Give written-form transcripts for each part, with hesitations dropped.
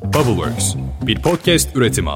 Bubbleworks, bir podcast üretimi.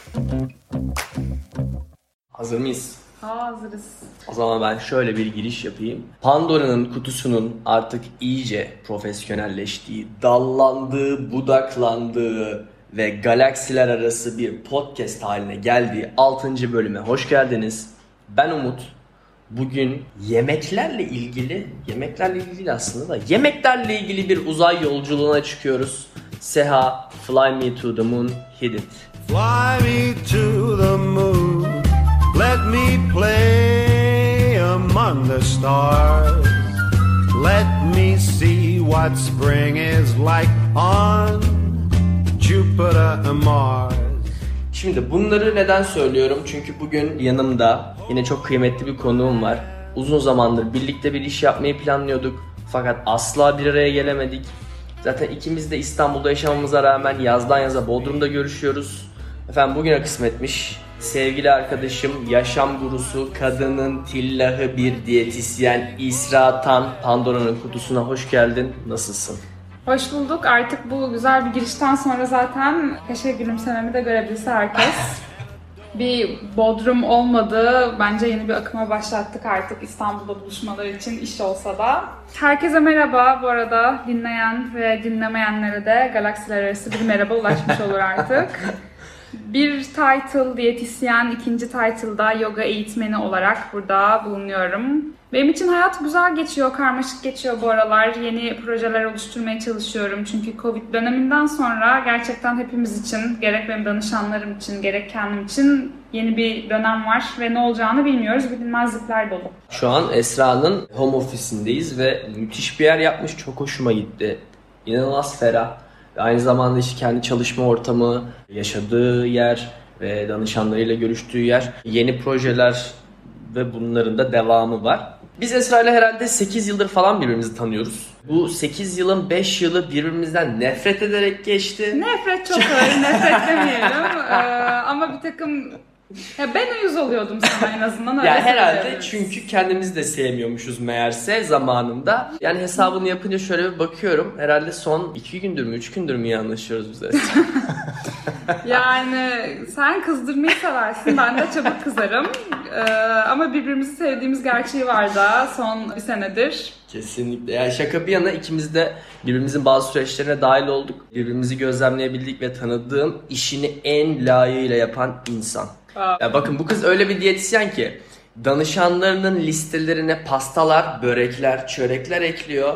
Hazır mıyız? Hazırız. O zaman ben şöyle bir giriş yapayım. Pandora'nın kutusunun artık iyice profesyonelleştiği, dallandığı, budaklandığı ve galaksiler arası bir podcast haline geldiği 6. bölüme hoş geldiniz. Ben Umut. Bugün yemeklerle ilgili aslında da yemeklerle ilgili bir uzay yolculuğuna çıkıyoruz. Seha, Fly Me to the Moon, Hit It. Fly me to the moon, let me play among the stars. Let me see what spring is like on Jupiter and Mars. Şimdi bunları neden söylüyorum? Çünkü bugün yanımda yine çok kıymetli bir konuğum var. Uzun zamandır birlikte bir iş yapmayı planlıyorduk. Fakat asla bir araya gelemedik. Zaten ikimiz de İstanbul'da yaşamamıza rağmen yazdan yaza Bodrum'da görüşüyoruz. Efendim bugüne kısmetmiş. Sevgili arkadaşım, yaşam gurusu, kadının tillahı bir diyetisyen İsra Tan, Pandora'nın kutusuna hoş geldin. Nasılsın? Hoş bulduk. Artık bu güzel bir girişten sonra zaten keşke gülümsememi de görebilse herkes. Bir Bodrum olmadı. Bence yeni bir akıma başlattık artık İstanbul'da buluşmalar için, iş olsa da. Herkese merhaba. Bu arada dinleyen ve dinlemeyenlere de galaksiler arası bir merhaba ulaşmış olur artık. Bir title diyetisyen, ikinci title'da yoga eğitmeni olarak burada bulunuyorum. Benim için hayat güzel geçiyor, karmaşık geçiyor bu aralar. Yeni projeler oluşturmaya çalışıyorum. Çünkü Covid döneminden sonra gerçekten hepimiz için, gerek benim danışanlarım için, gerek kendim için yeni bir dönem var. Ve ne olacağını bilmiyoruz, bilinmezlikler dolu. Şu an Esra'nın home office'indeyiz ve müthiş bir yer yapmış. Çok hoşuma gitti. İnanılmaz ferah. Ve aynı zamanda işte kendi çalışma ortamı, yaşadığı yer ve danışanlarıyla görüştüğü yer. Yeni projeler ve bunların da devamı var. Biz Esra ile herhalde 8 yıldır falan birbirimizi tanıyoruz. Bu 8 yılın 5 yılı birbirimizden nefret ederek geçti. Nefret çok ağır, nefret demeyelim. Ama bir takım... Ya ben uyuz oluyordum sana en azından öyle. Yani herhalde çünkü kendimizi de sevmiyormuşuz meğerse zamanında. Yani hesabını yapınca şöyle bir bakıyorum. Herhalde son 2 gündür mü 3 gündür mü iyi anlaşıyoruz biz Esra? Yani sen kızdırmayı seversin, ben de çabuk kızarım. Ama birbirimizi sevdiğimiz gerçeği var da son bir senedir. Kesinlikle. Yani şaka bir yana ikimiz de birbirimizin bazı süreçlerine dahil olduk. Birbirimizi gözlemleyebildik ve tanıdığım işini en layığıyla yapan insan. Ya bakın bu kız öyle bir diyetisyen ki danışanlarının listelerine pastalar, börekler, çörekler ekliyor.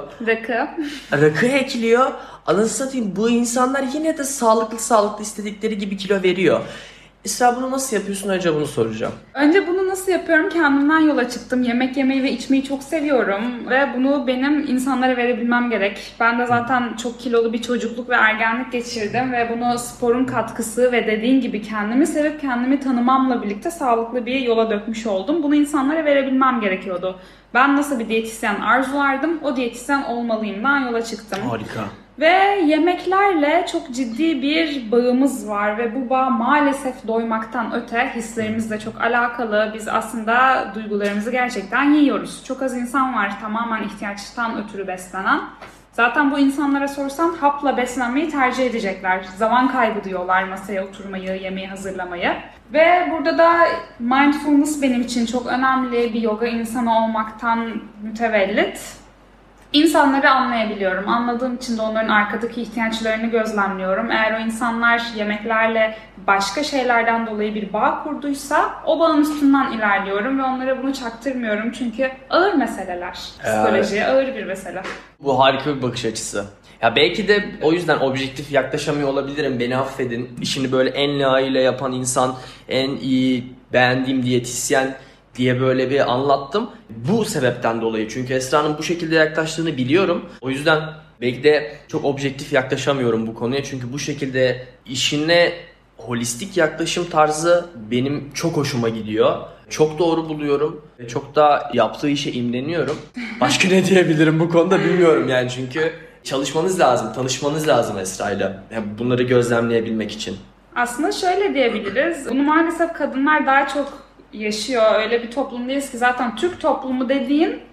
Rakı ekliyor. Anasını satayım, bu insanlar yine de sağlıklı istedikleri gibi kilo veriyor. Esra bunu nasıl yapıyorsun? Önce bunu soracağım. Önce bunu nasıl yapıyorum? Kendimden yola çıktım. Yemek yemeyi ve içmeyi çok seviyorum. Ve bunu benim insanlara verebilmem gerek. Ben de zaten çok kilolu bir çocukluk ve ergenlik geçirdim. Ve bunu sporun katkısı ve dediğin gibi kendimi sevip kendimi tanımamla birlikte sağlıklı bir yola dökmüş oldum. Bunu insanlara verebilmem gerekiyordu. Ben nasıl bir diyetisyen arzulardım, o diyetisyen olmalıyımdan yola çıktım. Harika. Ve yemeklerle çok ciddi bir bağımız var ve bu bağ maalesef doymaktan öte hislerimizle çok alakalı. Biz aslında duygularımızı gerçekten yiyoruz. Çok az insan var tamamen ihtiyaçtan ötürü beslenen. Zaten bu insanlara sorsan hapla beslenmeyi tercih edecekler. Zaman kaybı diyorlar masaya oturmayı, yemeği hazırlamayı. Ve burada da mindfulness benim için çok önemli, bir yoga insanı olmaktan mütevellit. İnsanları anlayabiliyorum. Anladığım için de onların arkadaki ihtiyaçlarını gözlemliyorum. Eğer o insanlar yemeklerle başka şeylerden dolayı bir bağ kurduysa o bağın üstünden ilerliyorum ve onlara bunu çaktırmıyorum. Çünkü ağır meseleler. Psikolojiye ağır bir mesele. Bu harika bir bakış açısı. Ya belki de o yüzden objektif yaklaşamıyor olabilirim. Beni affedin. İşini böyle en layığıyla yapan insan, en iyi beğendiğim diyetisyen diye böyle bir anlattım. Bu sebepten dolayı. Çünkü Esra'nın bu şekilde yaklaştığını biliyorum. O yüzden belki de çok objektif yaklaşamıyorum bu konuya. Çünkü bu şekilde işine holistik yaklaşım tarzı benim çok hoşuma gidiyor. Çok doğru buluyorum ve çok da yaptığı işe imreniyorum. Başka ne diyebilirim bu konuda bilmiyorum yani, çünkü çalışmanız lazım, tanışmanız lazım Esra'yla. Yani bunları gözlemleyebilmek için. Aslında şöyle diyebiliriz. Bunu maalesef kadınlar daha çok yaşıyor. Öyle bir toplumdayız ki zaten Türk toplumu dediğin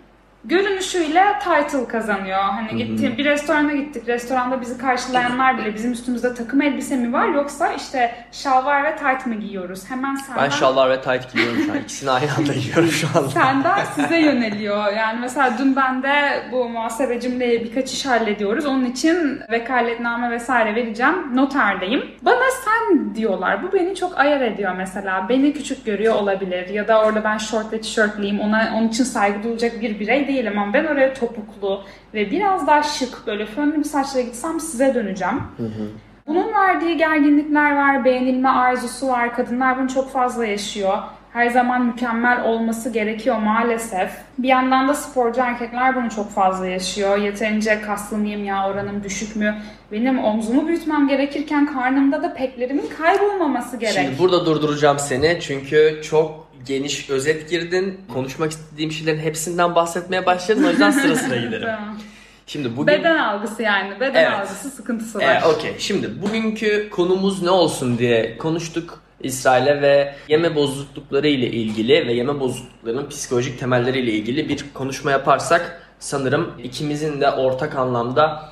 görünüşüyle title kazanıyor. Hani gittiğim bir restorana gittik. Restoranda bizi karşılayanlar bile bizim üstümüzde takım elbise mi var yoksa işte şalvar ve tayt mı giyiyoruz? Hemen senden... Ben şalvar ve tayt giyiyorum şu an. İkisini aynı anda giyiyorum şu anda. Senden size yöneliyor. Yani mesela dün ben de bu muhasebecimle birkaç iş hallediyoruz. Onun için vekaletname vesaire vereceğim. Noterdeyim. Bana sen diyorlar. Bu beni çok ayar ediyor mesela. Beni küçük görüyor olabilir. Ya da orada ben şort ve tişörtliyim. Onun için saygı duyulacak bir birey değilim ama ben oraya topuklu ve biraz daha şık böyle fönlü bir saçla gitsem size döneceğim. Bunun verdiği gerginlikler var, beğenilme arzusu var. Kadınlar bunu çok fazla yaşıyor. Her zaman mükemmel olması gerekiyor maalesef. Bir yandan da sporcu erkekler bunu çok fazla yaşıyor. Yeterince kaslı mıyım ya, oranım düşük mü? Benim omzumu büyütmem gerekirken karnımda da peklerimin kaybolmaması gerek. Şimdi burada durduracağım seni çünkü çok geniş özet girdin. Konuşmak istediğim şeylerin hepsinden bahsetmeye başladın. O yüzden sıra sıra gidelim. Tamam. Şimdi bugün... Beden algısı yani. Beden algısı sıkıntısı var. Okey. Şimdi bugünkü konumuz ne olsun diye konuştuk İsrail'e ve yeme bozuklukları ile ilgili ve yeme bozukluklarının psikolojik temelleri ile ilgili bir konuşma yaparsak sanırım ikimizin de ortak anlamda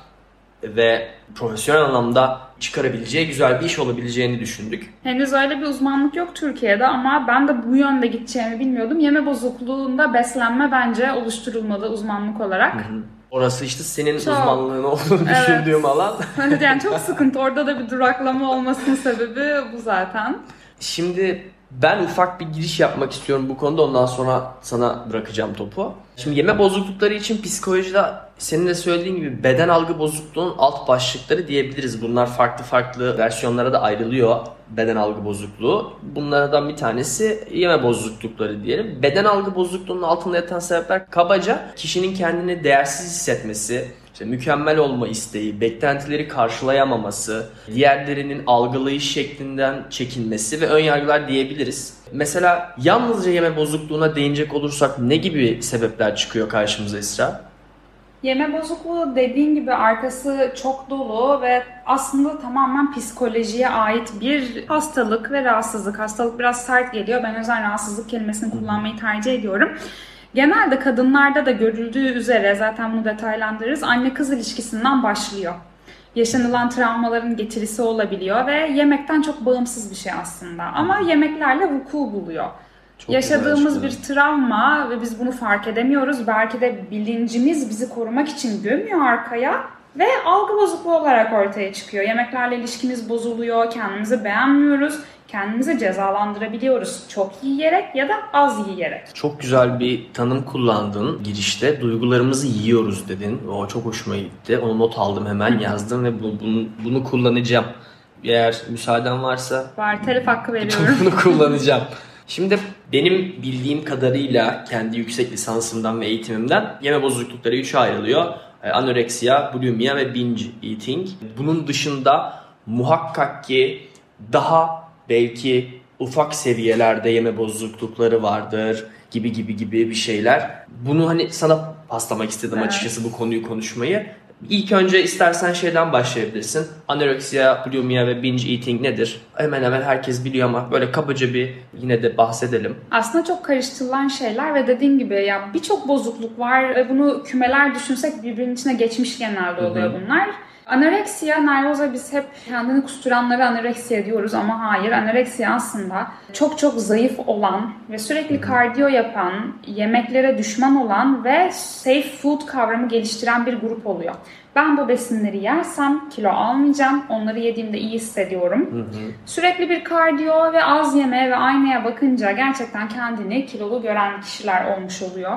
ve profesyonel anlamda çıkarabileceği güzel bir iş olabileceğini düşündük. Henüz öyle bir uzmanlık yok Türkiye'de ama ben de bu yönde gideceğimi bilmiyordum. Yeme bozukluğunda beslenme bence oluşturulmalı uzmanlık olarak. Orası işte senin uzmanlığın olduğunu düşündüğüm alan. Yani çok sıkıntı. Orada da bir duraklama olmasının sebebi bu zaten. Şimdi ben ufak bir giriş yapmak istiyorum bu konuda. Ondan sonra sana bırakacağım topu. Şimdi yeme bozuklukları için psikolojide senin de söylediğin gibi beden algı bozukluğunun alt başlıkları diyebiliriz. Bunlar farklı farklı versiyonlara da ayrılıyor beden algı bozukluğu. Bunlardan bir tanesi yeme bozuklukları diyelim. Beden algı bozukluğunun altında yatan sebepler kabaca kişinin kendini değersiz hissetmesi, İşte mükemmel olma isteği, beklentileri karşılayamaması, diğerlerinin algılayış şeklinden çekinmesi ve önyargılar diyebiliriz. Mesela yalnızca yeme bozukluğuna değinecek olursak ne gibi sebepler çıkıyor karşımıza İsra? Yeme bozukluğu dediğin gibi arkası çok dolu ve aslında tamamen psikolojiye ait bir hastalık ve rahatsızlık. Hastalık biraz sert geliyor. Ben özel rahatsızlık kelimesini kullanmayı tercih ediyorum. Genelde kadınlarda da görüldüğü üzere zaten bunu detaylandırırız. Anne-kız ilişkisinden başlıyor. Yaşanılan travmaların getirisi olabiliyor ve yemekten çok bağımsız bir şey aslında. Ama yemeklerle vuku buluyor. Çok yaşadığımız bir travma ve biz bunu fark edemiyoruz. Belki de bilincimiz bizi korumak için gömüyor arkaya ve algı bozukluğu olarak ortaya çıkıyor. Yemeklerle ilişkimiz bozuluyor, kendimizi beğenmiyoruz. Kendimizi cezalandırabiliyoruz. Çok yiyerek ya da az yiyerek. Çok güzel bir tanım kullandın girişte. Duygularımızı yiyoruz dedin. O çok hoşuma gitti. Onu not aldım, hemen yazdım ve bunu kullanacağım. Eğer müsaaden varsa... Var, telif hakkı veriyorum. Bunu kullanacağım. Şimdi benim bildiğim kadarıyla kendi yüksek lisansımdan ve eğitimimden yeme bozuklukları 3'e ayrılıyor. Anoreksiya, bulimia ve binge eating. Bunun dışında muhakkak ki daha belki ufak seviyelerde yeme bozuklukları vardır gibi bir şeyler. Bunu hani sana paslamak istedim açıkçası bu konuyu konuşmayı. İlk önce istersen şeyden başlayabilirsin. Anoreksiya, bulimia ve binge eating nedir? Hemen hemen herkes biliyor ama böyle kabaca bir yine de bahsedelim. Aslında çok karıştırılan şeyler ve dediğim gibi ya birçok bozukluk var ve bunu kümeler düşünsek birbirinin içine geçmiş genelde oluyor bunlar. Anoreksiya, nervoza biz hep kendini kusturanlara anoreksiya diyoruz ama hayır, anoreksiya aslında çok zayıf olan ve sürekli kardiyo yapan, yemeklere düşman olan ve safe food kavramı geliştiren bir grup oluyor. Ben bu besinleri yersem kilo almayacağım, onları yediğimde iyi hissediyorum. Sürekli bir kardiyo ve az yeme ve aynaya bakınca gerçekten kendini kilolu gören kişiler olmuş oluyor.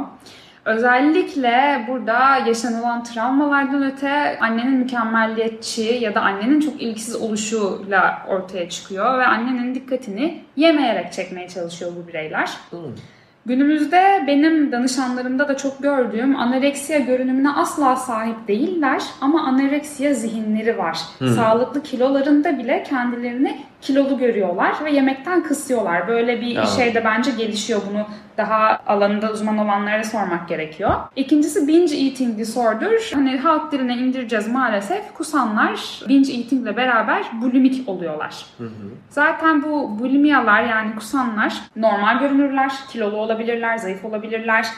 Özellikle burada yaşanılan travmalardan öte annenin mükemmelliyetçi ya da annenin çok ilgisiz oluşuyla ortaya çıkıyor ve annenin dikkatini yemeyerek çekmeye çalışıyor bu bireyler. Günümüzde benim danışanlarımda da çok gördüğüm anoreksiya görünümüne asla sahip değiller ama anoreksiya zihinleri var. Sağlıklı kilolarında bile kendilerini kilolu görüyorlar ve yemekten kısıyorlar. Böyle bir şey de bence gelişiyor, bunu daha alanında uzman olanlara sormak gerekiyor. İkincisi binge eating disorder. Hani halk diline indireceğiz maalesef. Kusanlar binge eating ile beraber bulimik oluyorlar. Zaten bu bulimiyalar yani kusanlar normal görünürler, kilolu olabilirler, zayıf olabilirler.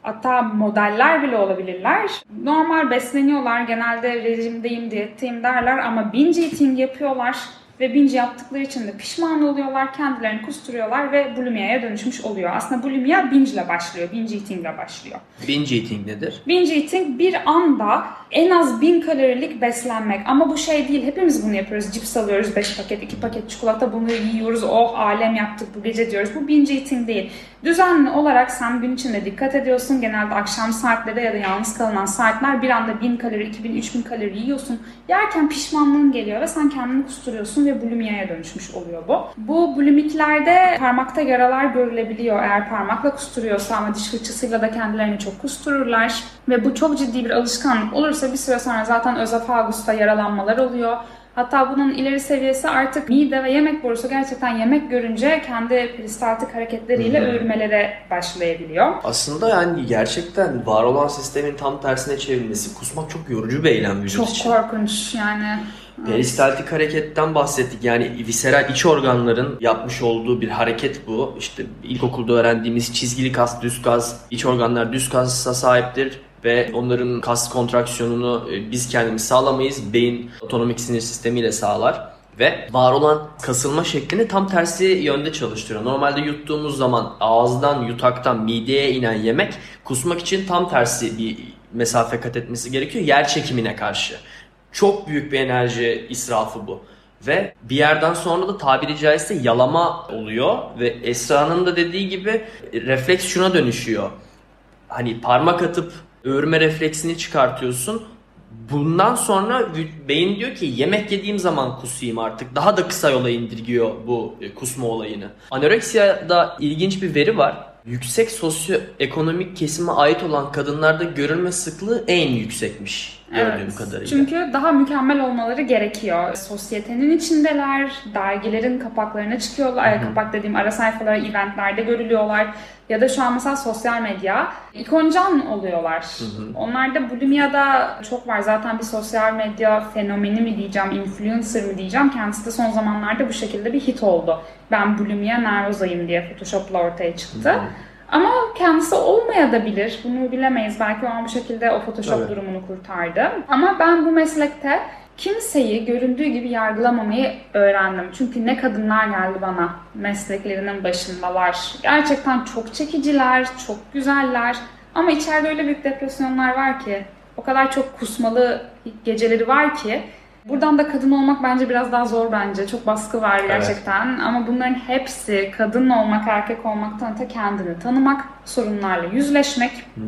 Hatta modeller bile olabilirler. Normal besleniyorlar. Genelde rejimdeyim, diyetteyim derler ama binge eating yapıyorlar. Ve binge yaptıkları için de pişman oluyorlar, kendilerini kusturuyorlar ve bulimia'ya dönüşmüş oluyor. Aslında bulimia binge ile başlıyor, binge eating ile başlıyor. Binge eating nedir? Binge eating bir anda en az 1000 kalorilik beslenmek. Ama bu şey değil, hepimiz bunu yapıyoruz. Cips alıyoruz 5 paket, 2 paket çikolata, bunu yiyoruz. Oh alem yaptık bu gece diyoruz. Bu binge eating değil. Düzenli olarak sen gün içinde dikkat ediyorsun. Genelde akşam saatleri ya da yalnız kalınan saatler bir anda 1000 kalori, 2000, 3000 kalori yiyorsun. Yerken pişmanlığın geliyor ve sen kendini kusturuyorsun ve bulimia'ya dönüşmüş oluyor bu. Bu bulimiklerde parmakta yaralar görülebiliyor eğer parmakla kusturuyorsa ama diş fırçasıyla da kendilerini çok kustururlar. Ve bu çok ciddi bir alışkanlık olursa bir süre sonra zaten özofagusta yaralanmalar oluyor. Hatta bunun ileri seviyesi artık mide ve yemek borusu gerçekten yemek görünce kendi peristaltik hareketleriyle öğürmelere başlayabiliyor. Aslında yani gerçekten var olan sistemin tam tersine çevrilmesi, kusmak çok yorucu bir eylem vücut için. Çok korkunç yani. Peristaltik hareketten bahsettik. Yani visceral iç organların yapmış olduğu bir hareket bu. İşte ilkokulda öğrendiğimiz çizgili kas, düz kas, iç organlar düz kasa sahiptir. Ve onların kas kontraksiyonunu biz kendimiz sağlamayız. Beyin otonomik sinir sistemiyle sağlar. Ve var olan kasılma şeklini tam tersi yönde çalıştırıyor. Normalde yuttuğumuz zaman ağızdan, yutaktan mideye inen yemek kusmak için tam tersi bir mesafe kat etmesi gerekiyor. Yer çekimine karşı. Çok büyük bir enerji israfı bu. Ve bir yerden sonra da tabiri caizse yalama oluyor. Ve Esra'nın da dediği gibi refleks şuna dönüşüyor. Hani parmak atıp öğürme refleksini çıkartıyorsun. Bundan sonra beyin diyor ki yemek yediğim zaman kusayım artık. Daha da kısa yola indirgiyor bu kusma olayını. Anoreksiyada ilginç bir veri var. Yüksek sosyoekonomik kesime ait olan kadınlarda görülme sıklığı en yüksekmiş gördüğüm kadarıyla. Çünkü daha mükemmel olmaları gerekiyor. Sosyetenin içindeler, dergilerin kapaklarına çıkıyorlar. Kapak dediğim ara sayfalara, eventlerde görülüyorlar. Ya da şu an mesela sosyal medya ikoncan oluyorlar. Onlarda bulimia'da çok var. Zaten bir sosyal medya fenomeni mi diyeceğim, influencer mi diyeceğim. Kendisi de son zamanlarda bu şekilde bir hit oldu. Ben bulimia nervozayım diye Photoshop'la ortaya çıktı. Ama kendisi olmayabilir. Bunu bilemeyiz. Belki o an bu şekilde o Photoshop durumunu kurtardı. Ama ben bu meslekte kimseyi göründüğü gibi yargılamamayı öğrendim. Çünkü ne kadınlar geldi bana mesleklerinin başındalar. Gerçekten çok çekiciler, çok güzeller. Ama içeride öyle büyük depresyonlar var ki, o kadar çok kusmalı geceleri var ki. Buradan da kadın olmak bence biraz daha zor bence. Çok baskı var gerçekten. Evet. Ama bunların hepsi kadın olmak, erkek olmaktan öte kendini tanımak, sorunlarla yüzleşmek.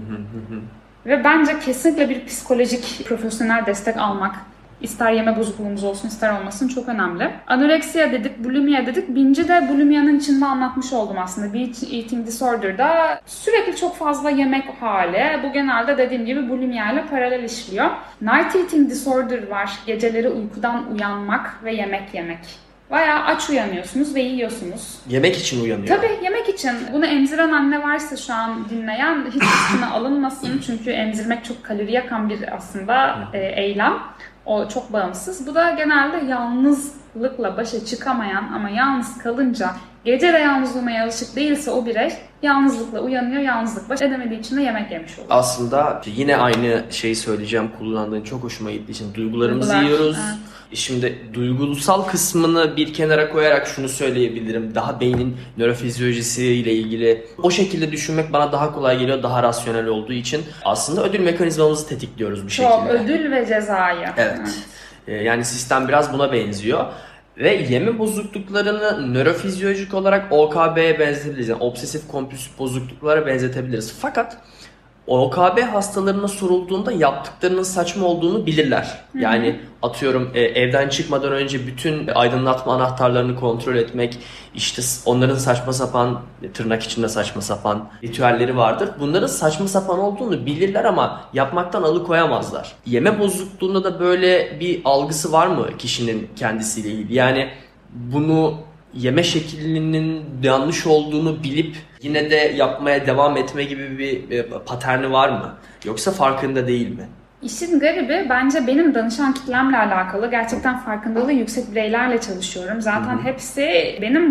Ve bence kesinlikle bir psikolojik, profesyonel destek almak. İster yeme bozukluğumuz olsun ister olmasın çok önemli. Anoreksiya dedik, bulimia dedik. Binge'i de bulimia'nın içinde anlatmış oldum aslında. Binge eating disorder'da sürekli çok fazla yemek hali. Bu genelde dediğim gibi bulimia ile paralel işliyor. Night eating disorder var. Geceleri uykudan uyanmak ve yemek yemek. Bayağı aç uyanıyorsunuz ve yiyorsunuz. Yemek için uyanıyor. Tabii yemek için. Bunu emziren anne varsa şu an dinleyen hiç üstüne alınmasın. Çünkü emzirmek çok kalori yakan bir aslında eylem. O çok bağımsız. Bu da genelde yalnızlıkla başa çıkamayan ama yalnız kalınca gece de yalnız olmaya alışık değilse o birey yalnızlıkla uyanıyor, yalnızlık baş edemediği için de yemek yemiş oluyor. Aslında yine aynı şeyi söyleyeceğim, kullandığın çok hoşuma gittiği için duygularımızı yiyoruz. Evet. Şimdi duygusal kısmını bir kenara koyarak şunu söyleyebilirim. Daha beynin nörofizyolojisiyle ilgili o şekilde düşünmek bana daha kolay geliyor, daha rasyonel olduğu için. Aslında ödül mekanizmamızı tetikliyoruz bir şekilde. Çok, ödül ve cezayı. Evet. Yani sistem biraz buna benziyor. Ve yeme bozukluklarını nörofizyolojik olarak OKB'ye benzetebiliriz. Yani obsesif kompulsif bozukluklara benzetebiliriz. Fakat OKB hastalarına sorulduğunda yaptıklarının saçma olduğunu bilirler. Yani atıyorum evden çıkmadan önce bütün aydınlatma anahtarlarını kontrol etmek, işte onların saçma sapan, tırnak içinde saçma sapan ritüelleri vardır. Bunların saçma sapan olduğunu bilirler ama yapmaktan alıkoyamazlar. Yeme bozukluğunda da böyle bir algısı var mı kişinin kendisiyle ilgili? Yani bunu yeme şeklinin yanlış olduğunu bilip yine de yapmaya devam etme gibi bir paterni var mı? Yoksa farkında değil mi? İşin garibi bence benim danışan kitlemle alakalı. Gerçekten farkındalığı yüksek bireylerle çalışıyorum. Zaten hepsi benim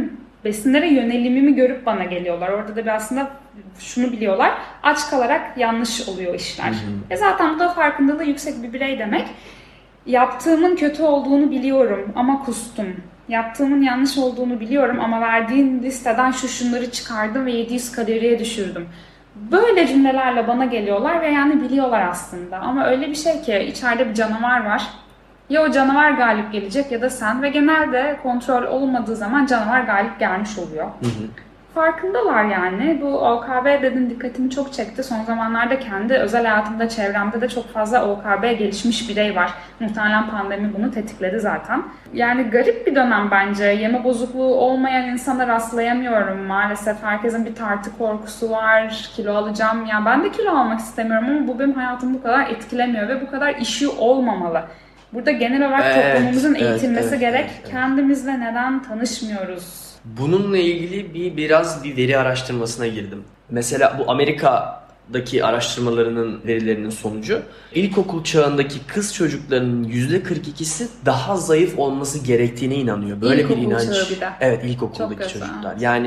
besinlere yönelimimi görüp bana geliyorlar. Orada da bir aslında şunu biliyorlar. Aç kalarak yanlış oluyor işler. Zaten bu da farkındalığı yüksek bir birey demek. Yaptığımın kötü olduğunu biliyorum ama kustum. Yaptığımın yanlış olduğunu biliyorum ama verdiğin listeden şunları çıkardım ve 700 kaloriye düşürdüm. Böyle cümlelerle bana geliyorlar ve yani biliyorlar aslında. Ama öyle bir şey ki içeride bir canavar var. Ya o canavar galip gelecek ya da sen ve genelde kontrol olmadığı zaman canavar galip gelmiş oluyor. Farkındalar yani. Bu OKB dedin dikkatimi çok çekti. Son zamanlarda kendi özel hayatımda, çevremde de çok fazla OKB gelişmiş birey var. Muhtemelen pandemi bunu tetikledi zaten. Yani garip bir dönem bence. Yeme bozukluğu olmayan insana rastlayamıyorum maalesef. Herkesin bir tartı korkusu var. Kilo alacağım. Yani ben de kilo almak istemiyorum ama bu benim hayatımı bu kadar etkilemiyor ve bu kadar issue olmamalı. Burada genel olarak toplumumuzun eğitilmesi gerek. Kendimizle neden tanışmıyoruz? Bununla ilgili biraz bir veri araştırmasına girdim. Mesela bu Amerika'daki araştırmalarının verilerinin sonucu ilkokul çağındaki kız çocuklarının %42'si daha zayıf olması gerektiğine inanıyor. Böyle İlkokul bir inanç. çağı bir de. Evet, ilkokuldaki çocuklar. Yani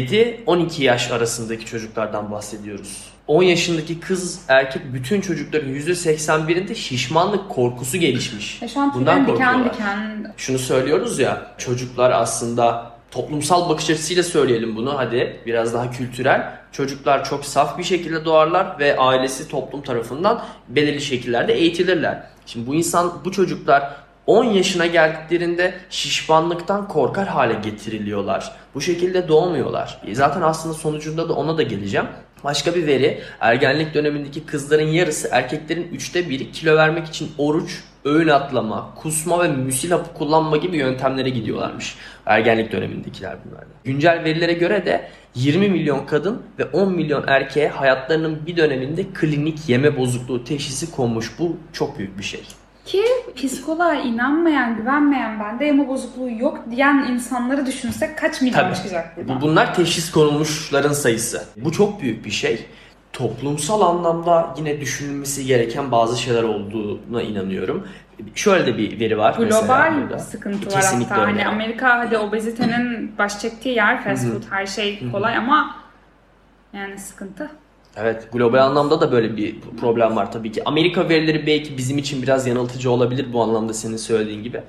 7-12 yaş arasındaki çocuklardan bahsediyoruz. 10 yaşındaki kız erkek bütün çocukların %81'inde şişmanlık korkusu gelişmiş. Şu an bundan korkuyorlar. diken. Şunu söylüyoruz ya, çocuklar aslında toplumsal bakış açısıyla söyleyelim bunu, hadi biraz daha kültürel. Çocuklar çok saf bir şekilde doğarlar ve ailesi toplum tarafından belirli şekillerde eğitilirler. Şimdi bu çocuklar 10 yaşına geldiklerinde şişmanlıktan korkar hale getiriliyorlar. Bu şekilde doğmuyorlar. Zaten aslında sonucunda da ona da geleceğim. Başka bir veri, ergenlik dönemindeki kızların yarısı erkeklerin 1/3 kilo vermek için oruç, öğün atlama, kusma ve müsil hapı kullanma gibi yöntemlere gidiyorlarmış. Ergenlik dönemindekiler bunlar. Güncel verilere göre de 20 milyon kadın ve 10 milyon erkeğe hayatlarının bir döneminde klinik yeme bozukluğu teşhisi konmuş. Bu çok büyük bir şey. Ki psikoloğa inanmayan, güvenmeyen, bende yeme bozukluğu yok diyen insanları düşünsek kaç milyon çıkacak buradan? Bunlar teşhis konulmuşların sayısı. Bu çok büyük bir şey. Toplumsal anlamda yine düşünülmesi gereken bazı şeyler olduğuna inanıyorum. Şöyle de bir veri var. Global sıkıntı var kesinlikle hatta. öyle. Hani Amerika hadi obezitenin baş çektiği yer, fast food, her şey kolay ama yani sıkıntı. Evet, global anlamda da böyle bir problem var tabii ki. Amerika verileri belki bizim için biraz yanıltıcı olabilir bu anlamda, senin söylediğin gibi.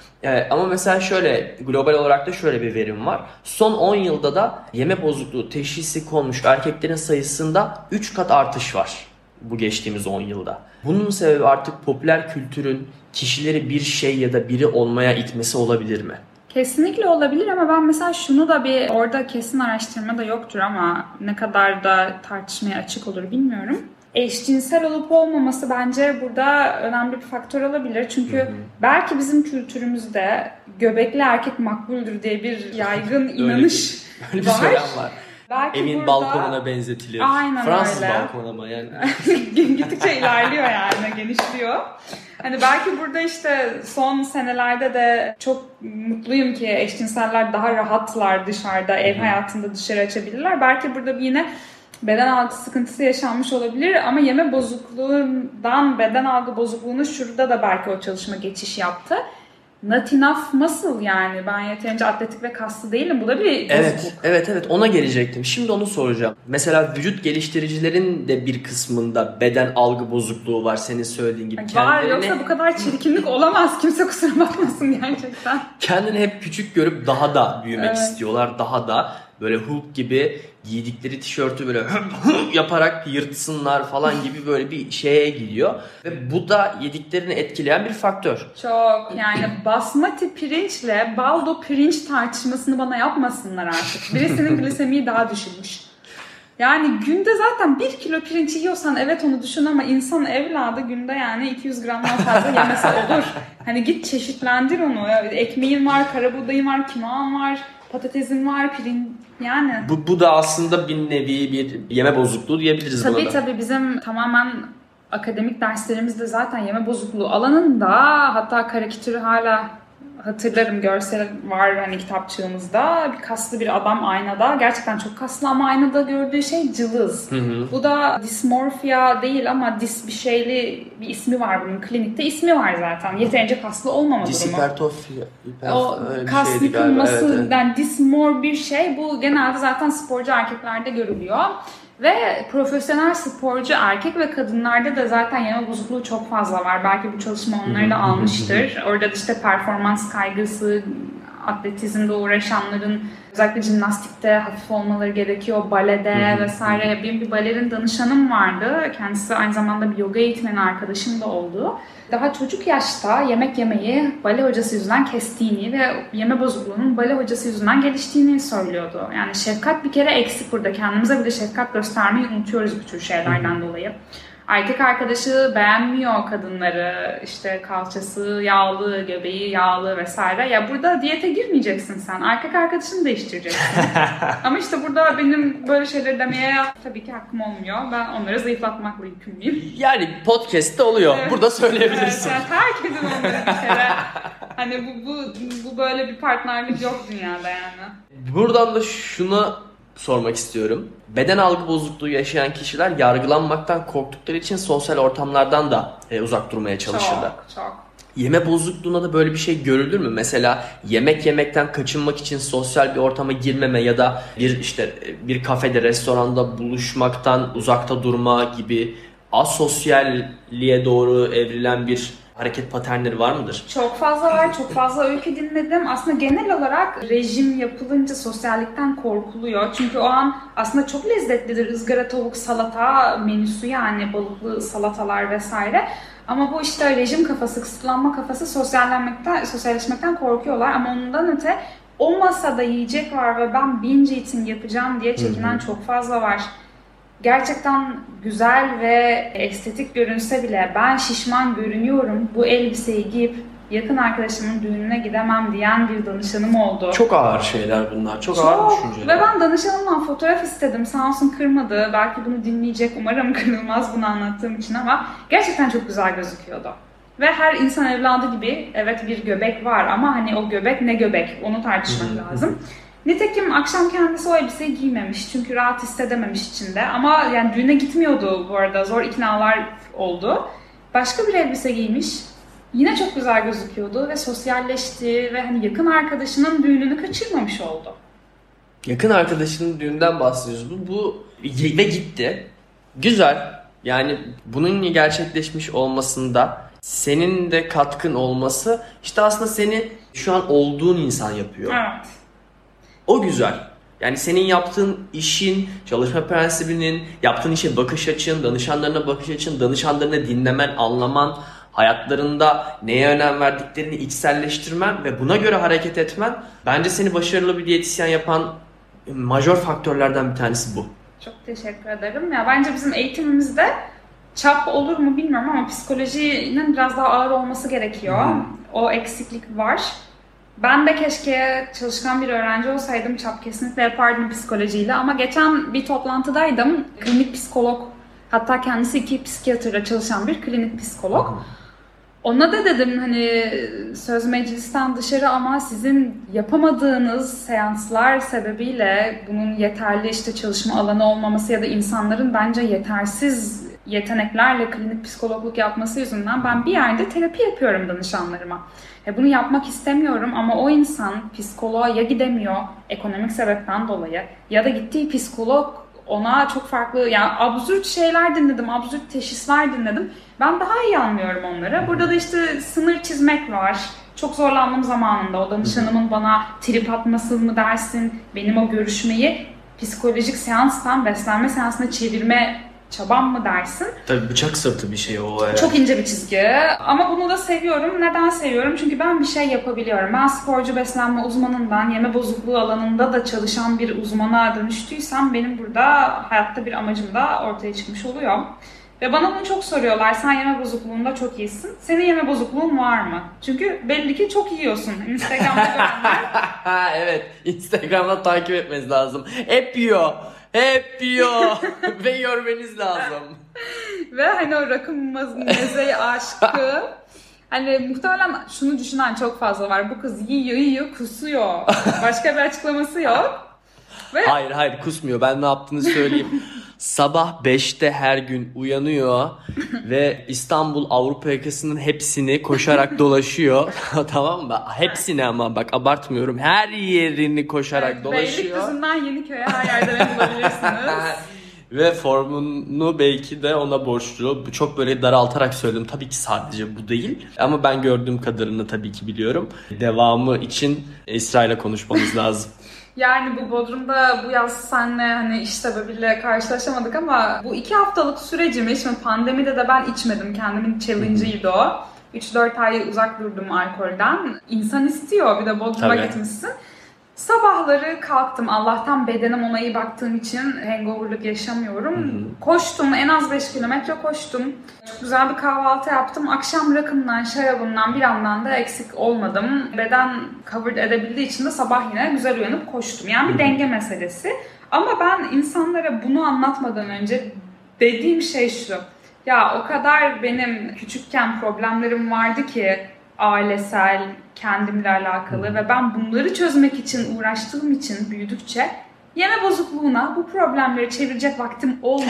Ama mesela şöyle, global olarak da şöyle bir verim var. Son 10 yılda da yeme bozukluğu teşhisi konmuş erkeklerin sayısında 3 kat artış var bu geçtiğimiz 10 yılda. Bunun sebebi artık popüler kültürün kişileri bir şey ya da biri olmaya itmesi olabilir mi? Kesinlikle olabilir ama ben mesela şunu da orada kesin araştırma da yoktur ama ne kadar da tartışmaya açık olur bilmiyorum. Eşcinsel olup olmaması bence burada önemli bir faktör olabilir. Çünkü belki bizim kültürümüzde göbekli erkek makbuldür diye bir yaygın inanış öyle bir var. söylem var. Belki Evin burada balkonuna benzetilir. Aynen Fransız öyle. balkonu ama yani. Gittikçe ilerliyor yani, genişliyor. Hani belki burada işte son senelerde de çok mutluyum ki eşcinseller daha rahatlar dışarıda, ev hayatında dışarı açabilirler. Belki burada yine beden algı sıkıntısı yaşanmış olabilir ama yeme bozukluğundan beden algı bozukluğunu şurada da belki o çalışma geçiş yaptı. Not enough muscle yani. Ben yeterince atletik ve kaslı değilim. Bu da bir bozukluk. Evet. Ona gelecektim. Şimdi onu soracağım. Mesela vücut geliştiricilerin de bir kısmında beden algı bozukluğu var senin söylediğin gibi. Var, yoksa bu kadar çirkinlik olamaz. Kimse kusura bakmasın gerçekten. Kendini hep küçük görüp daha da büyümek istiyorlar. Daha da böyle Hulk gibi giydikleri tişörtü böyle yaparak yırtsınlar falan gibi böyle bir şeye gidiyor. Ve bu da yediklerini etkileyen bir faktör. Çok yani basmati pirinçle baldo pirinç tartışmasını bana yapmasınlar artık. Birisinin glisemiği daha düşürmüş. Yani günde zaten 1 kilo pirinç yiyorsan evet onu düşün ama insan evladı günde yani 200 gramdan fazla yemesi olur. Hani git çeşitlendir onu. Ekmeğin var, karabuğdayın var, kimağın var, patatesin var, pirinç yani. Bu da aslında bir nevi bir yeme bozukluğu diyebiliriz buna da. Tabii bizim tamamen akademik derslerimizde zaten yeme bozukluğu alanında, hatta karikatürü hala hatırlarım, görsel var hani kitapçığımızda. Bir kaslı bir adam aynada. Gerçekten çok kaslı ama aynada gördüğü şey cılız. Bu da dismorfia değil ama bir şeyli bir ismi var bunun. Klinikte ismi var zaten. Yeterince kaslı olmama durumu. Dishipertrofia. O kas yıkılması, yani dismor bir şey. Bu genelde zaten sporcu erkeklerde görülüyor. Ve profesyonel sporcu erkek ve kadınlarda da zaten yeme bozukluğu çok fazla var. Belki bu çalışma onları da almıştır. Orada da işte performans kaygısı, atletizmde uğraşanların özellikle jimnastikte hafif olmaları gerekiyor, balede vesaire. Benim bir balerin danışanım vardı. Kendisi aynı zamanda bir yoga eğitmeni arkadaşım da oldu. Daha çocuk yaşta yemek yemeyi bale hocası yüzünden kestiğini ve yeme bozukluğunun bale hocası yüzünden geliştiğini söylüyordu. Yani şefkat bir kere eksik burada. Kendimize bile şefkat göstermeyi unutuyoruz bu tür şeylerden dolayı. Erkek arkadaşı beğenmiyor kadınları, işte kalçası yağlı, göbeği yağlı vesaire. Ya burada diyete girmeyeceksin sen, erkek arkadaşını değiştireceksin. Ama işte burada benim böyle şeyleri demeye tabii ki hakkım olmuyor. Ben onları zayıflatmakla yükümlüyüm. Yani podcast'te oluyor. Evet. Burada söyleyebilirsin. Evet, yani terk edin onları bir kere. Hani bu böyle bir partnerlik yok dünyada yani. Buradan da şunu sormak istiyorum. Beden algı bozukluğu yaşayan kişiler yargılanmaktan korktukları için sosyal ortamlardan da uzak durmaya çalışırlar. Çok. Yeme bozukluğuna da böyle bir şey görülür mü? Mesela yemek yemekten kaçınmak için sosyal bir ortama girmeme ya da bir kafede, restoranda buluşmaktan uzakta durma gibi asosyalliğe doğru evrilen bir hareket paternleri var mıdır? Çok fazla var. Çok fazla öykü dinledim. Aslında genel olarak rejim yapılınca sosyallikten korkuluyor. Çünkü o an aslında çok lezzetlidir. Izgara tavuk, salata menüsü, yani balıklı salatalar vesaire. Ama bu işte rejim kafası, kısıtlanma kafası, sosyalleşmekten korkuyorlar. Ama ondan öte o masada yiyecek var ve ben binge eating yapacağım diye çekinen çok fazla var. Gerçekten güzel ve estetik görünse bile ben şişman görünüyorum, bu elbiseyi giyip yakın arkadaşımın düğününe gidemem diyen bir danışanım oldu. Çok ağır şeyler bunlar, çok ağır düşünceler. Ve ben danışanımdan fotoğraf istedim, sağ olsun kırmadı. Belki bunu dinleyecek, umarım kırılmaz bunu anlattığım için, ama gerçekten çok güzel gözüküyordu. Ve her insan evladı gibi evet bir göbek var ama hani o göbek ne göbek, onu tartışmak lazım. Nitekim akşam kendisi o elbiseyi giymemiş çünkü rahat hissedememiş içinde, ama yani düğüne gitmiyordu bu arada, zor iknalar oldu. Başka bir elbise giymiş, yine çok güzel gözüküyordu ve sosyalleşti ve hani yakın arkadaşının düğününü kaçırmamış oldu. Yakın arkadaşının düğünden bahsediyoruz. Bu ve gitti. Güzel. Yani bunun gerçekleşmiş olmasında senin de katkın olması işte aslında seni şu an olduğun insan yapıyor. Evet. O güzel. Yani senin yaptığın işin, çalışma prensibinin, yaptığın işe bakış açın, danışanlarına bakış açın, danışanlarını dinlemen, anlaman, hayatlarında neye önem verdiklerini içselleştirmen ve buna göre hareket etmen bence seni başarılı bir diyetisyen yapan majör faktörlerden bir tanesi bu. Çok teşekkür ederim. Ya bence bizim eğitimimizde çap olur mu bilmiyorum ama psikolojinin biraz daha ağır olması gerekiyor. O eksiklik var. Ben de keşke çalışkan bir öğrenci olsaydım, çap kesinlikle yapardım psikolojiyle, ama geçen bir toplantıdaydım. Klinik psikolog, hatta kendisi 2 psikiyatrla çalışan bir klinik psikolog. Ona da dedim hani söz meclisten dışarı ama sizin yapamadığınız seanslar sebebiyle bunun yeterli işte çalışma alanı olmaması ya da insanların bence yetersiz yeteneklerle klinik psikologluk yapması yüzünden ben bir yerde terapi yapıyorum danışanlarıma. Bunu yapmak istemiyorum ama o insan psikoloğa ya gidemiyor ekonomik sebepten dolayı ya da gittiği psikolog ona çok farklı, yani absürt şeyler dinledim, absürt teşhisler dinledim. Ben daha iyi anlıyorum onları. Burada da işte sınır çizmek var. Çok zorlandığım zamanında o danışanımın bana trip atması mı dersin, benim o görüşmeyi psikolojik seanstan beslenme seansına çevirme çabam mı dersin? Tabii bıçak sırtı bir şey o. Evet. Çok ince bir çizgi. Ama bunu da seviyorum. Neden seviyorum? Çünkü ben bir şey yapabiliyorum. Ben sporcu beslenme uzmanından yeme bozukluğu alanında da çalışan bir uzmana dönüştüysem benim burada hayatta bir amacım da ortaya çıkmış oluyor. Ve bana bunu çok soruyorlar. Sen yeme bozukluğunda çok iyisin. Senin yeme bozukluğun var mı? Çünkü belli ki çok yiyorsun. Instagram'da görenler. Evet. Instagram'da takip etmeniz lazım. Hep yiyor. Hep yiyor. Ve görmeniz lazım. Ve hani o rakım mezeyi aşkı. Hani muhtemelen şunu düşünen çok fazla var. Bu kız yiyor kusuyor. Başka bir açıklaması yok. Ve Hayır kusmuyor. Ben ne yaptığını söyleyeyim. Sabah 5'te her gün uyanıyor ve İstanbul Avrupa yakasının hepsini koşarak dolaşıyor. Tamam mı? Hepsini, ama bak abartmıyorum. Her yerini koşarak dolaşıyor. Beylikdüzü'nden Yeniköy'e her yerde beni bulabilirsiniz. Ve formunu belki de ona borçlu. Bu çok böyle daraltarak söyledim. Tabii ki sadece bu değil. Ama ben gördüğüm kadarını tabii ki biliyorum. Devamı için Esra ile konuşmamız lazım. Yani bu Bodrum'da bu yaz seninle hani iş sebebiyle karşılaşamadık ama bu 2 haftalık sürecimi, şimdi pandemide de ben içmedim. Kendimin challenge'ıydı o. 3-4 ay uzak durdum alkolden. İnsan istiyor, bir de Bodrum'a gitmişsin. Sabahları kalktım. Allah'tan bedenim ona iyi baktığım için hangoverlık yaşamıyorum. Koştum. En az 5 kilometre koştum. Çok güzel bir kahvaltı yaptım. Akşam rakımdan, şarabımdan bir andan da eksik olmadım. Beden covered edebildiği için de sabah yine güzel uyanıp koştum. Yani bir denge meselesi. Ama ben insanlara bunu anlatmadan önce dediğim şey şu. Ya o kadar benim küçükken problemlerim vardı ki, ailesel, kendimle alakalı ve ben bunları çözmek için uğraştığım için büyüdükçe yeme bozukluğuna bu problemleri çevirecek vaktim olmadı.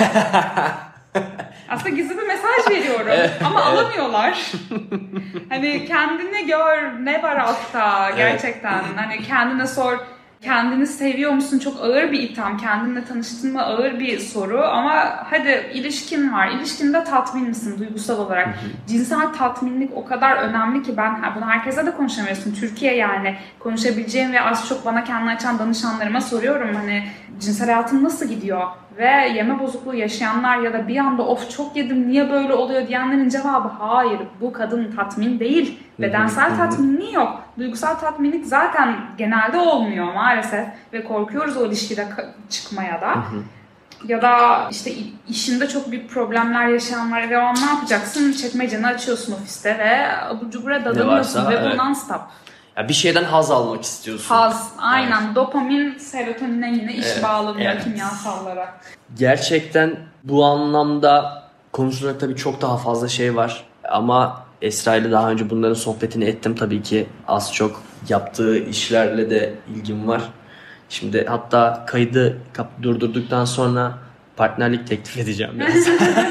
Aslında gizli bir mesaj veriyorum ama alamıyorlar. Hani kendini gör, ne var altta gerçekten. Hani kendine sor. Kendini seviyor musun? Çok ağır bir itham. Kendinle tanıştın mı? Ağır bir soru. Ama hadi ilişkin var. İlişkinde tatmin misin duygusal olarak? Cinsel tatminlik o kadar önemli ki bunu herkese de konuşamıyorsun. Türkiye yani konuşabileceğim ve az çok bana kendini açan danışanlarıma soruyorum. Hani cinsel hayatın nasıl gidiyor? Ve yeme bozukluğu yaşayanlar ya da bir anda of çok yedim niye böyle oluyor diyenlerin cevabı hayır, bu kadın tatmin değil. Bedensel tatminliği yok. Duygusal tatminlik zaten genelde olmuyor maalesef ve korkuyoruz o ilişkide çıkmaya da. Ya da işte işinde çok büyük problemler yaşayan var ve o an ne yapacaksın? Çekmeceni açıyorsun ofiste ve abur cubura dadanıyorsun ve bu non-stop. Ya bir şeyden haz almak istiyorsun. Haz, aynen. Evet. Dopamin, serotonine yine iş bağlanıyor kimyasallara. Gerçekten bu anlamda konuşulacak tabii çok daha fazla şey var. Ama Esra ile daha önce bunların sohbetini ettim. Tabii ki az çok yaptığı işlerle de ilgim var. Şimdi hatta kaydı durdurduktan sonra partnerlik teklif edeceğim biraz.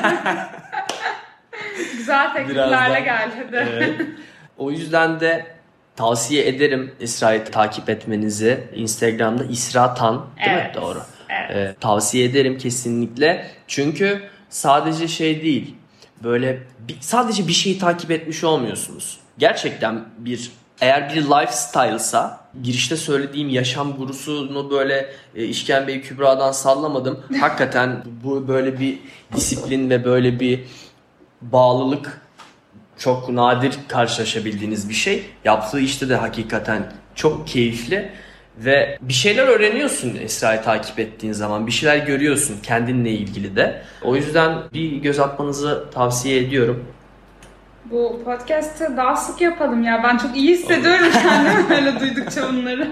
Güzel tekliflerle geldi. Evet. O yüzden de tavsiye ederim Esra'yı takip etmenizi. Instagram'da İsra Tan değil mi? Doğru. Evet. Tavsiye ederim kesinlikle. Çünkü sadece şey değil. Böyle sadece bir şeyi takip etmiş olmuyorsunuz. Gerçekten eğer bir lifestyle'sa, girişte söylediğim yaşam gurusunu böyle İşkembe Kübra'dan sallamadım. Hakikaten bu böyle bir disiplin ve böyle bir bağlılık çok nadir karşılaşabildiğiniz bir şey. Yaptığı işte de hakikaten çok keyifli ve bir şeyler öğreniyorsun Esra'yı takip ettiğin zaman. Bir şeyler görüyorsun kendinle ilgili de. O yüzden bir göz atmanızı tavsiye ediyorum. Bu podcast'ı daha sık yapalım ya. Ben çok iyi hissediyorum kendimi öyle duydukça bunları.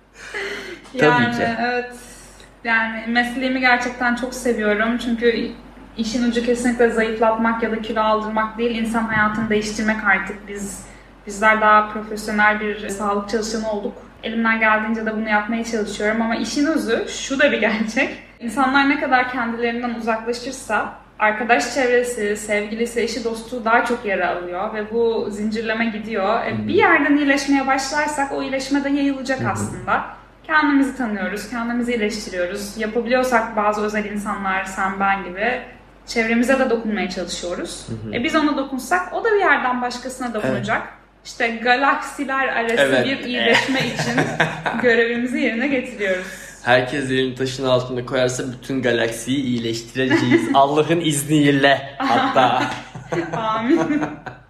Tabii ki. Evet. Yani mesleğimi gerçekten çok seviyorum. Çünkü işin ucu kesinlikle zayıflatmak ya da kilo aldırmak değil. İnsan hayatını değiştirmek artık. Bizler daha profesyonel bir sağlık çalışanı olduk. Elimden geldiğince de bunu yapmaya çalışıyorum ama işin özü şu da bir gerçek. İnsanlar ne kadar kendilerinden uzaklaşırsa arkadaş çevresi, sevgilisi, eşi, dostu daha çok yara alıyor ve bu zincirleme gidiyor. Bir yerden iyileşmeye başlarsak o iyileşme de yayılacak aslında. Kendimizi tanıyoruz, kendimizi iyileştiriyoruz. Yapabiliyorsak bazı özel insanlar, sen ben gibi çevremize de dokunmaya çalışıyoruz. Biz ona dokunsak o da bir yerden başkasına dokunacak. Evet. İşte galaksiler arası bir iyileşme için görevimizi yerine getiriyoruz. Herkes elini taşın altında koyarsa bütün galaksiyi iyileştireceğiz. Allah'ın izniyle hatta. Amin.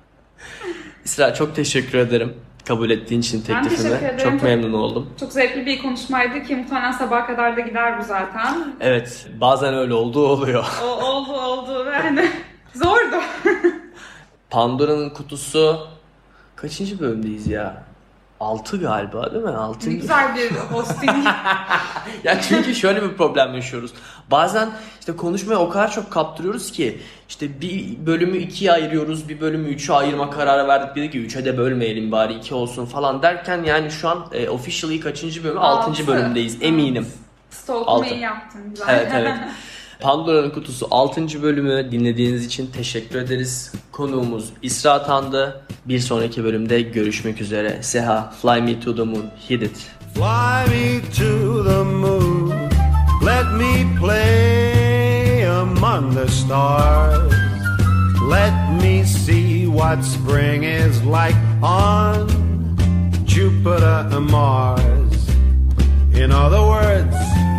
İsra çok teşekkür ederim kabul ettiğin için teklifimi. Ben teşekkür ederim. Çok memnun oldum. Çok zevkli bir konuşmaydı ki muhtemelen sabaha kadar da gider bu zaten. Evet, bazen öyle olduğu oluyor. Oldu yani. Zordu. Pandora'nın kutusu kaçıncı bölümdeyiz ya? 6 galiba değil mi? 6. Ne güzel bir hosting. Ya çünkü şöyle bir problem yaşıyoruz. Bazen işte konuşmaya o kadar çok kaptırıyoruz ki işte bir bölümü 2'ye ayırıyoruz, bir bölümü 3'e ayırma kararı verdik. Dedik ki 3'e de bölmeyelim bari 2 olsun falan derken yani şu an officially kaçıncı bölüm? 6. bölümdeyiz eminim. Stalk'u yaptın. Güzel. Evet. Pandora'nın Kutusu 6. bölümü dinlediğiniz için teşekkür ederiz. Konuğumuz İsra Tan'dı. Bir sonraki bölümde görüşmek üzere. Seha, Fly Me to the Moon, Hit It. Fly me to the moon, let me play among the stars. Let me see what spring is like on Jupiter and Mars. In other words,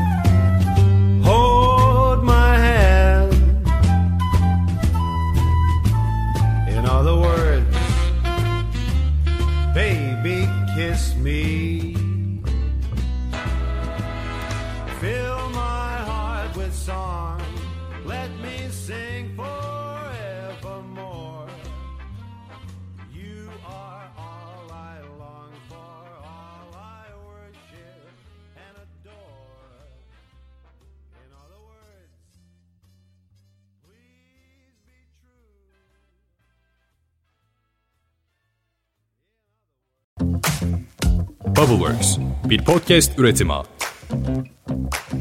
hold my hand. In other words, baby, kiss me. Fill my heart with song. Let me sing forevermore. You are all I long for, all I worship and adore. In other words, please be true. Bubbleworks bir podcast üretimi.